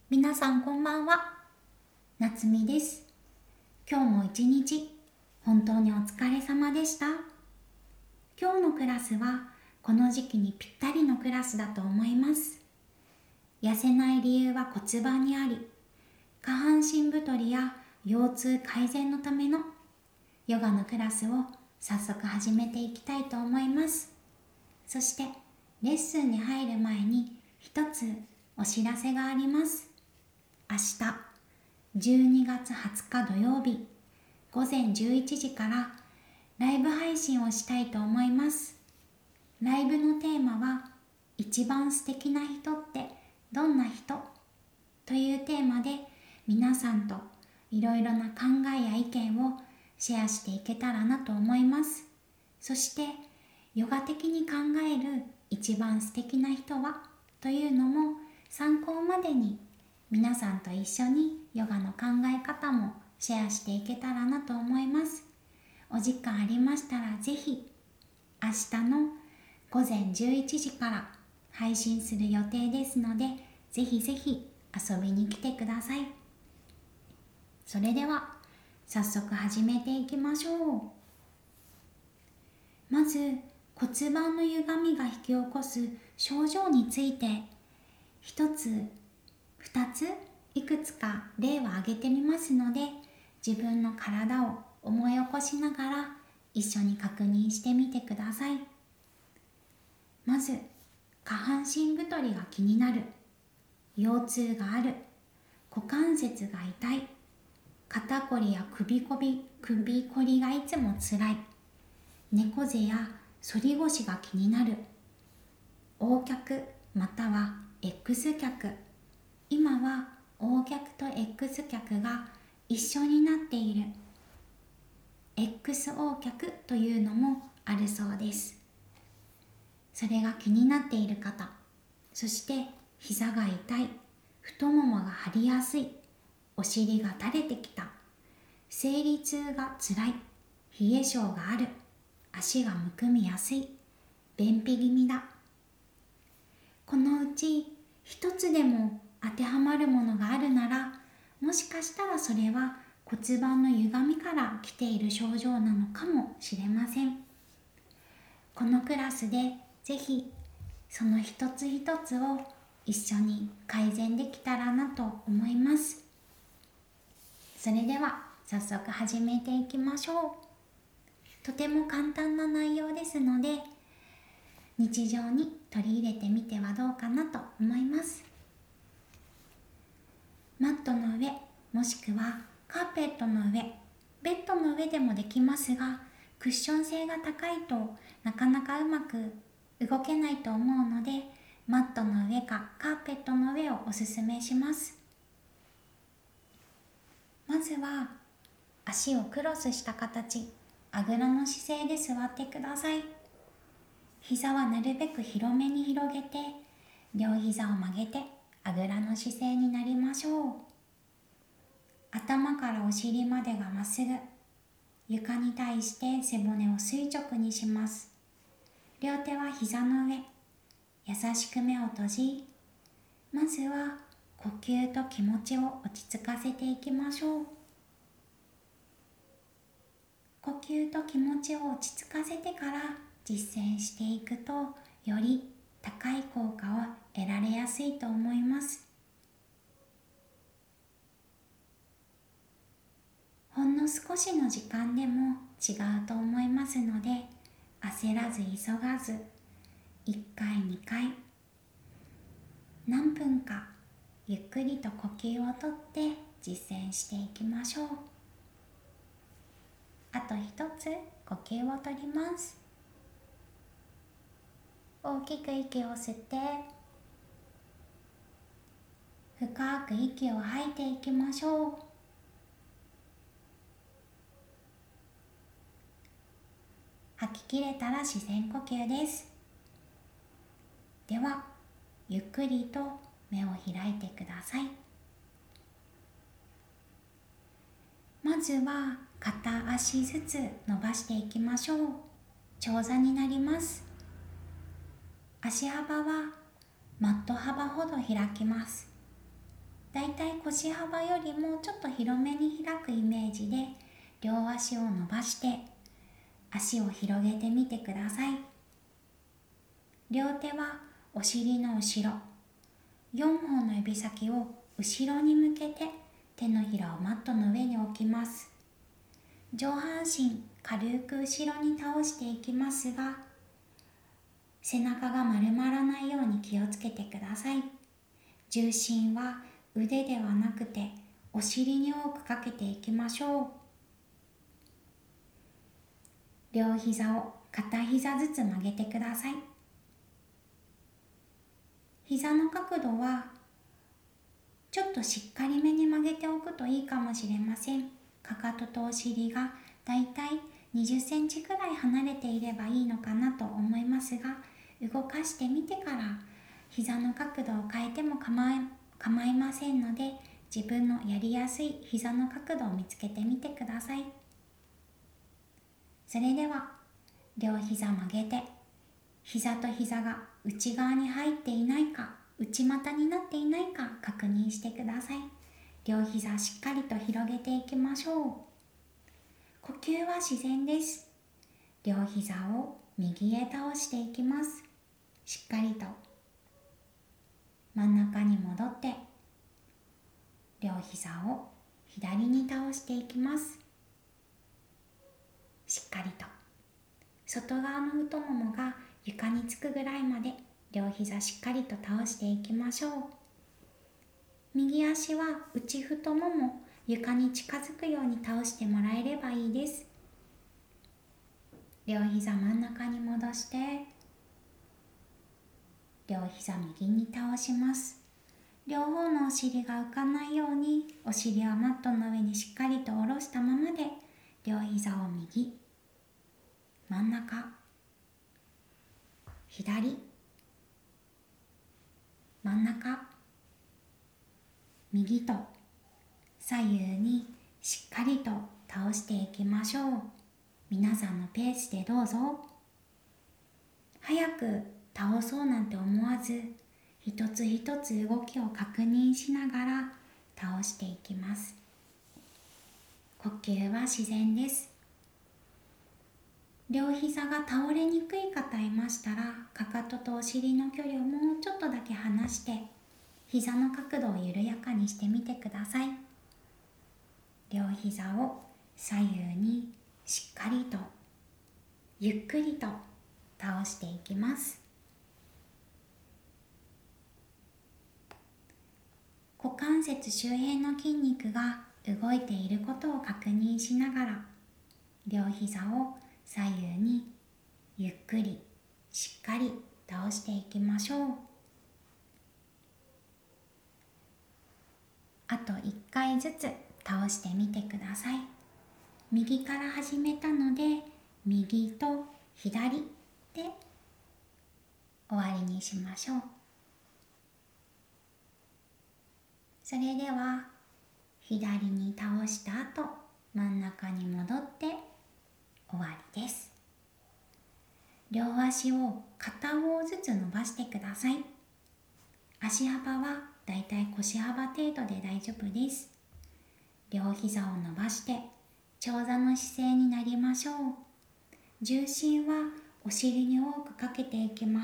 皆さんこんばんは。なつみです。今日も一日本当にお疲れ様でした。今日のクラスはこの時期にぴったりのクラスだと思います。痩せない理由は骨盤にあり、下半身太りや腰痛改善のためのヨガのクラスを早速始めていきたいと思います。そしてレッスンに入る前に一つお知らせがあります。明日12月20日土曜日午前11時からライブ配信をしたいと思います。ライブのテーマは一番素敵な人ってどんな人というテーマで、皆さんといろいろな考えや意見をシェアしていけたらなと思います。そしてヨガ的に考える一番素敵な人はというのも参考までに、皆さんと一緒にヨガの考え方もシェアしていけたらなと思います。お時間ありましたらぜひ明日の午前11時から配信する予定ですので、ぜひぜひ遊びに来てください。それでは早速始めていきましょう。まず骨盤の歪みが引き起こす症状について一つ2ついくつか例を挙げてみますので、自分の体を思い起こしながら一緒に確認してみてください。まず下半身太りが気になる、腰痛がある、股関節が痛い、肩こりや首こりがいつもつらい、猫背や反り腰が気になる、横脚または X 脚、今は O 脚と X 脚が一緒になっている XO 脚というのもあるそうです。それが気になっている方、そして膝が痛い、太ももが張りやすい、お尻が垂れてきた、生理痛がつらい、冷え性がある、足がむくみやすい、便秘気味だ。このうち一つでも当てはまるものがあるなら、もしかしたらそれは骨盤の歪みから来ている症状なのかもしれません。このクラスでぜひその一つ一つを一緒に改善できたらなと思います。それでは早速始めていきましょう。とても簡単な内容ですので、日常に取り入れてみてはどうかなと思います。マットの上もしくはカーペットの上、ベッドの上でもできますが、クッション性が高いとなかなかうまく動けないと思うので、マットの上かカーペットの上をおすすめします。まずは足をクロスした形、あぐらの姿勢で座ってください。膝はなるべく広めに広げて、両膝を曲げてあぐらの姿勢になりましょう。頭からお尻までがまっすぐ、床に対して背骨を垂直にします。両手は膝の上、優しく目を閉じ、まずは呼吸と気持ちを落ち着かせていきましょう。呼吸と気持ちを落ち着かせてから実践していくと、より高い効果を得られやすいと思います。ほんの少しの時間でも違うと思いますので、焦らず急がず1回2回何分かゆっくりと呼吸をとって実践していきましょう。あと一つ呼吸をとります。大きく息を吸って深く息を吐いていきましょう。吐き切れたら自然呼吸です。ではゆっくりと目を開いてください。まずは片足ずつ伸ばしていきましょう。長座になります。足幅はマット幅ほど開きます。 だいたい腰幅よりもちょっと広めに開くイメージで両足を伸ばして足を広げてみてください。両手はお尻の後ろ、4本の指先を後ろに向けて手のひらをマットの上に置きます。上半身軽く後ろに倒していきますが、背中が丸まらないように気をつけてください。重心は腕ではなくてお尻に多くかけていきましょう。両膝を片膝ずつ曲げてください。膝の角度はちょっとしっかりめに曲げておくといいかもしれません。かかととお尻がだいたい20センチくらい離れていればいいのかなと思いますが、動かしてみてから膝の角度を変えても構いませんので、自分のやりやすい膝の角度を見つけてみてください。それでは両膝曲げて、膝と膝が内側に入っていないか、内股になっていないか確認してください。両膝しっかりと広げていきましょう。呼吸は自然です。両膝を右へ倒していきます。しっかりと真ん中に戻って、両膝を左に倒していきます。しっかりと外側の太ももが床につくぐらいまで両膝しっかりと倒していきましょう。右足は内太もも床に近づくように倒してもらえればいいです。両膝真ん中に戻して、両膝右に倒します。両方のお尻が浮かないようにお尻はマットの上にしっかりと下ろしたままで、両膝を右、真ん中、左、真ん中、右と左右にしっかりと倒していきましょう。皆さんのペースでどうぞ。早く倒そうなんて思わず、一つ一つ動きを確認しながら倒していきます。呼吸は自然です。両膝が倒れにくい方いましたら、かかととお尻の距離をもうちょっとだけ離して膝の角度を緩やかにしてみてください。両膝を左右にしっかりとゆっくりと倒していきます。股関節周辺の筋肉が動いていることを確認しながら、両膝を左右にゆっくりしっかり倒していきましょう。あと1回ずつ倒してみてください。右から始めたので、右と左で終わりにしましょう。それでは左に倒した後、真ん中に戻って終わりです。両足を片方ずつ伸ばしてください。足幅はだいたい腰幅程度で大丈夫です。両膝を伸ばして長座の姿勢になりましょう。重心はお尻に多くかけていきます。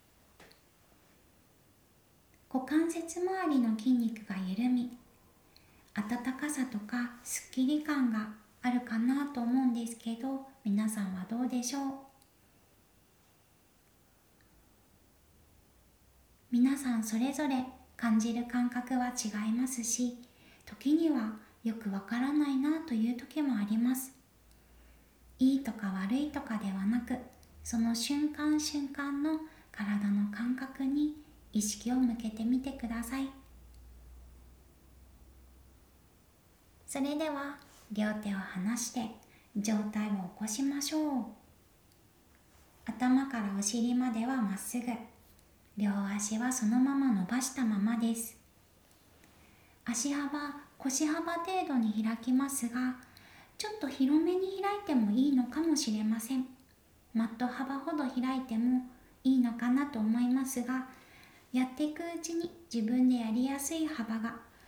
股関節周りの筋肉が緩み、温かさとかすっきり感があるかなと思うんですけど、皆さんはどうでしょう？皆さんそれぞれ感じる感覚は違いますし、時にはよくわからないなという時もあります。いいとか悪いとかではなく、その瞬間瞬間の体の感覚に意識を向けてみてください。それでは両手を離して上体を起こしましょう。頭からお尻まではまっすぐ、両足はそのまま伸ばしたままです。足幅、腰幅程度に開きますが、ちょっと広めに開いてもいいのかもしれません。マット幅ほど開いてもいいのかなと思いますが、やっていくうちに自分でやりやすい幅が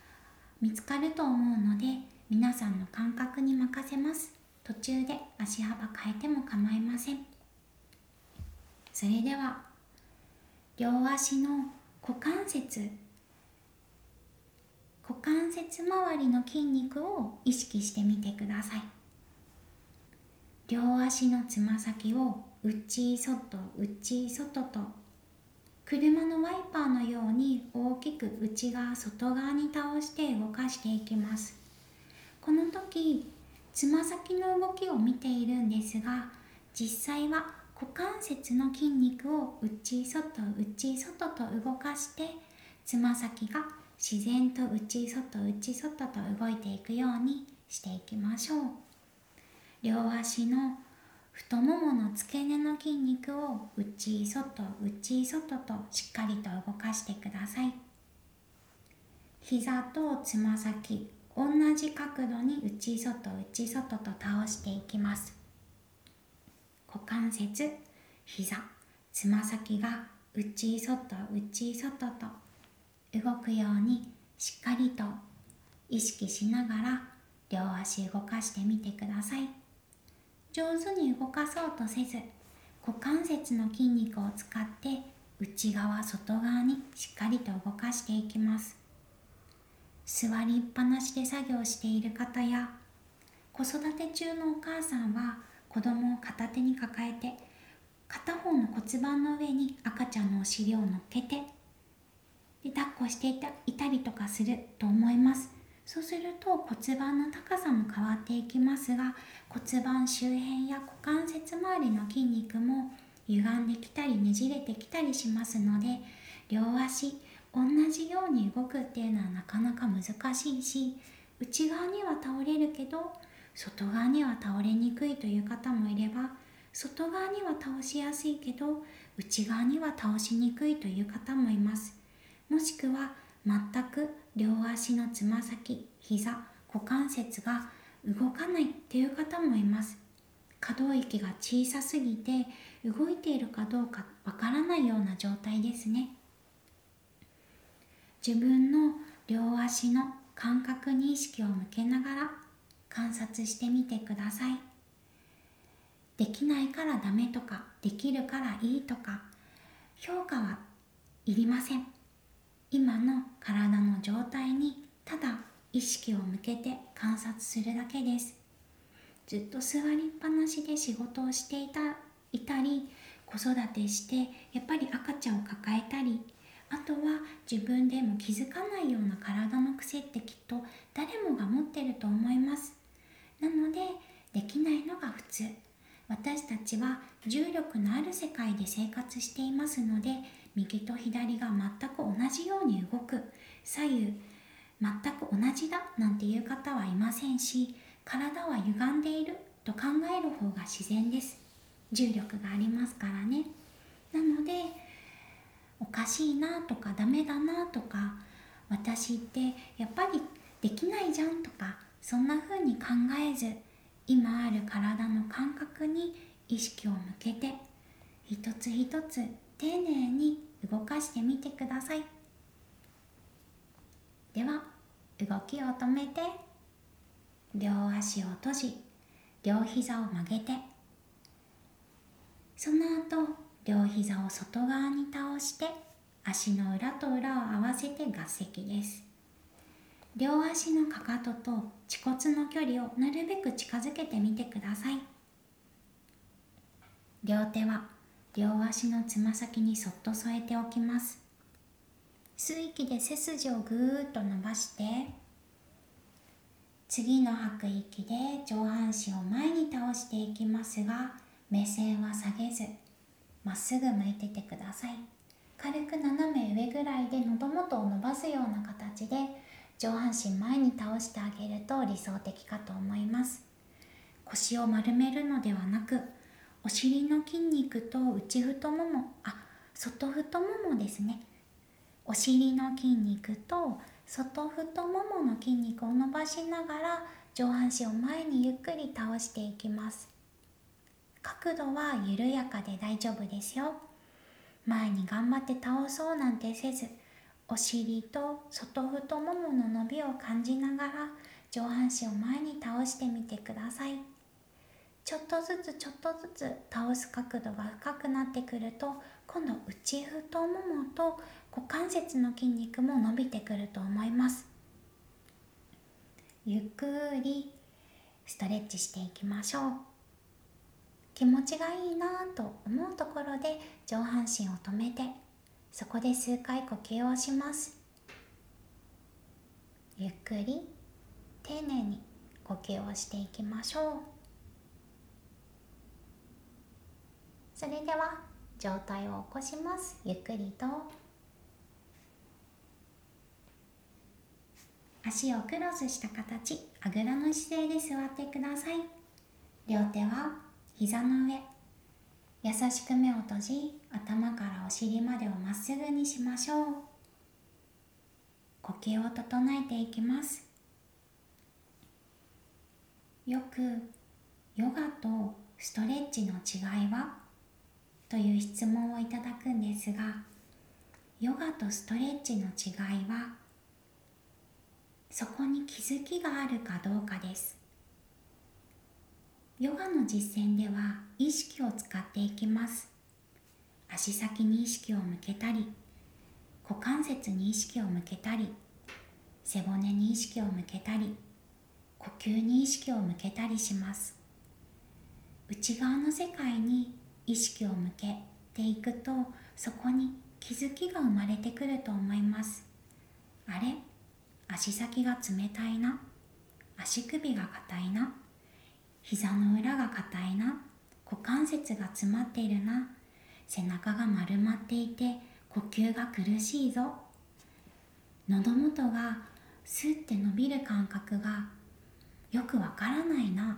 見つかると思うので、皆さんの感覚に任せます。途中で足幅変えても構いません。それでは両足の股関節周りの筋肉を意識してみてください。両足のつま先を内外内外と、車のワイパーのように大きく内側外側に倒して動かしていきます。この時つま先の動きを見ているんですが、実際は股関節の筋肉を内外内外と動かして、つま先が自然と内外内外と動いていくようにしていきましょう。両足の太ももの付け根の筋肉を内外内外としっかりと動かしてください。膝とつま先同じ角度に内外内外と倒していきます。股関節、膝、つま先が内外内外と動くようにしっかりと意識しながら両足動かしてみてください。上手に動かそうとせず、股関節の筋肉を使って内側外側にしっかりと動かしていきます。座りっぱなしで作業している方や、子育て中のお母さんは子供を片手に抱えて、片方の骨盤の上に赤ちゃんのお尻を乗っけて、で抱っこしていたりとかすると思います。そうすると骨盤の高さも変わっていきますが、骨盤周辺や股関節周りの筋肉も歪んできたりねじれてきたりしますので、両足同じように動くっていうのはなかなか難しいし、内側には倒れるけど外側には倒れにくいという方もいれば、外側には倒しやすいけど内側には倒しにくいという方もいます。もしくは全く両足のつま先、膝、股関節が動かないっていう方もいます。可動域が小さすぎて動いているかどうかわからないような状態ですね。自分の両足の感覚に意識を向けながら観察してみてください。できないからダメとか、できるからいいとか、評価はいりません。今の体の状態にただ意識を向けて観察するだけです。ずっと座りっぱなしで仕事をしていたり、子育てしてやっぱり赤ちゃんを抱えたり、あとは自分でも気づかないような体の癖ってきっと誰もが持ってると思います。なのでできないのが普通。私たちは重力のある世界で生活していますので、右と左が全く同じように動く、左右全く同じだなんていう方はいませんし、体は歪んでいると考える方が自然です。重力がありますからね。なのでおかしいなとかダメだなとか、私ってやっぱりできないじゃんとか、そんな風に考えず、今ある体の感覚に意識を向けて一つ一つ丁寧に動かしてみてください。では動きを止めて、両足を閉じ、両膝を曲げて、その後両膝を外側に倒して足の裏と裏を合わせて合席です。両足のかかとと恥骨の距離をなるべく近づけてみてください。両手は両足のつま先にそっと添えておきます。吸う息で背筋をぐーっと伸ばして、次の吐く息で上半身を前に倒していきますが、目線は下げずまっすぐ向いててください。軽く斜め上ぐらいで喉元を伸ばすような形で上半身前に倒してあげると理想的かと思います。腰を丸めるのではなく、お尻の筋肉と内太もも、外太ももですね。お尻の筋肉と外太ももの筋肉を伸ばしながら上半身を前にゆっくり倒していきます。角度は緩やかで大丈夫ですよ。前に頑張って倒そうなんてせず、 お尻と外太ももの伸びを感じながら上半身を前に倒してみてください。ちょっとずつ倒す角度が深くなってくると、今度内太ももと股関節の筋肉も伸びてくると思います。ゆっくりストレッチしていきましょう。気持ちがいいなぁと思うところで上半身を止めて、そこで数回呼吸をします。ゆっくり丁寧に呼吸をしていきましょう。それでは上体を起こします。ゆっくりと足をクロスした形、あぐらの姿勢で座ってください。両手は膝の上、優しく目を閉じ、頭からお尻までをまっすぐにしましょう。呼吸を整えていきます。よくヨガとストレッチの違いはという質問をいただくんですが、ヨガとストレッチの違いはそこに気づきがあるかどうかです。ヨガの実践では意識を使っていきます。足先に意識を向けたり、股関節に意識を向けたり、背骨に意識を向けたり、呼吸に意識を向けたりします。内側の世界に意識を向けていくと、そこに気づきが生まれてくると思います。あれ、足先が冷たいな、足首が硬いな、膝の裏が硬いな、股関節が詰まっているな、背中が丸まっていて呼吸が苦しいぞ、喉元がスッて伸びる感覚がよくわからないな、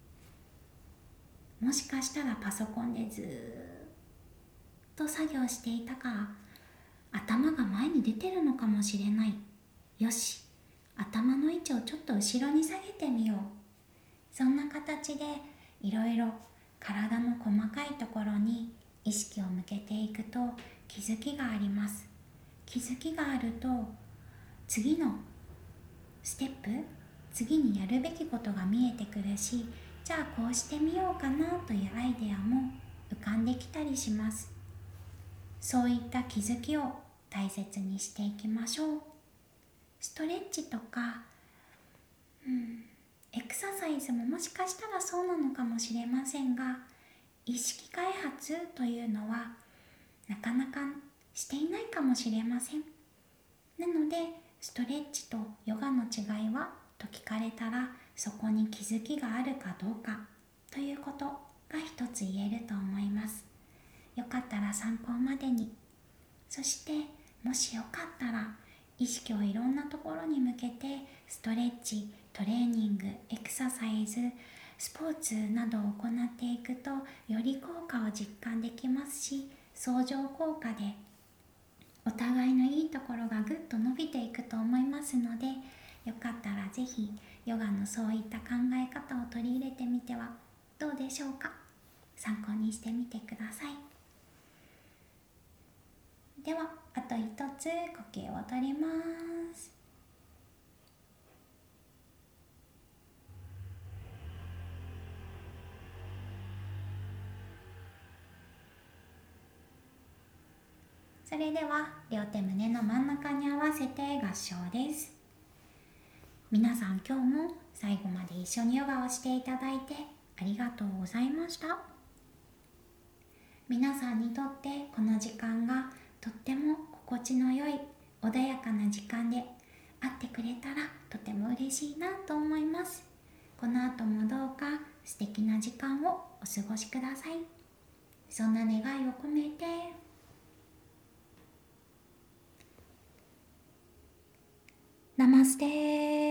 もしかしたらパソコンでずーっと作業していたから頭が前に出てるのかもしれない。よし、頭の位置をちょっと後ろに下げてみよう。そんな形でいろいろ体の細かいところに意識を向けていくと気づきがあります。気づきがあると次のステップ、次にやるべきことが見えてくるし、じゃあこうしてみようかなというアイデアも浮かんできたりします。そういった気づきを大切にしていきましょう。ストレッチとか、エクササイズももしかしたらそうなのかもしれませんが、意識開発というのはなかなかしていないかもしれません。なのでストレッチとヨガの違いはと聞かれたら、そこに気づきがあるかどうかということが一つ言えると思います。よかったら参考までに。そしてもしよかったら意識をいろんなところに向けてストレッチ、トレーニング、エクササイズ、スポーツなどを行っていくとより効果を実感できますし、相乗効果でお互いのいいところがぐっと伸びていくと思いますので、よかったらぜひヨガのそういった考え方を取り入れてみてはどうでしょうか。参考にしてみてください。ではあと一つ呼吸をとります。それでは両手胸の真ん中に合わせて合掌です。皆さん今日も最後まで一緒にヨガをしていただいてありがとうございました。皆さんにとってこの時間がとっても心地の良い穏やかな時間であってくれたらとても嬉しいなと思います。この後もどうか素敵な時間をお過ごしください。そんな願いを込めてナマステ。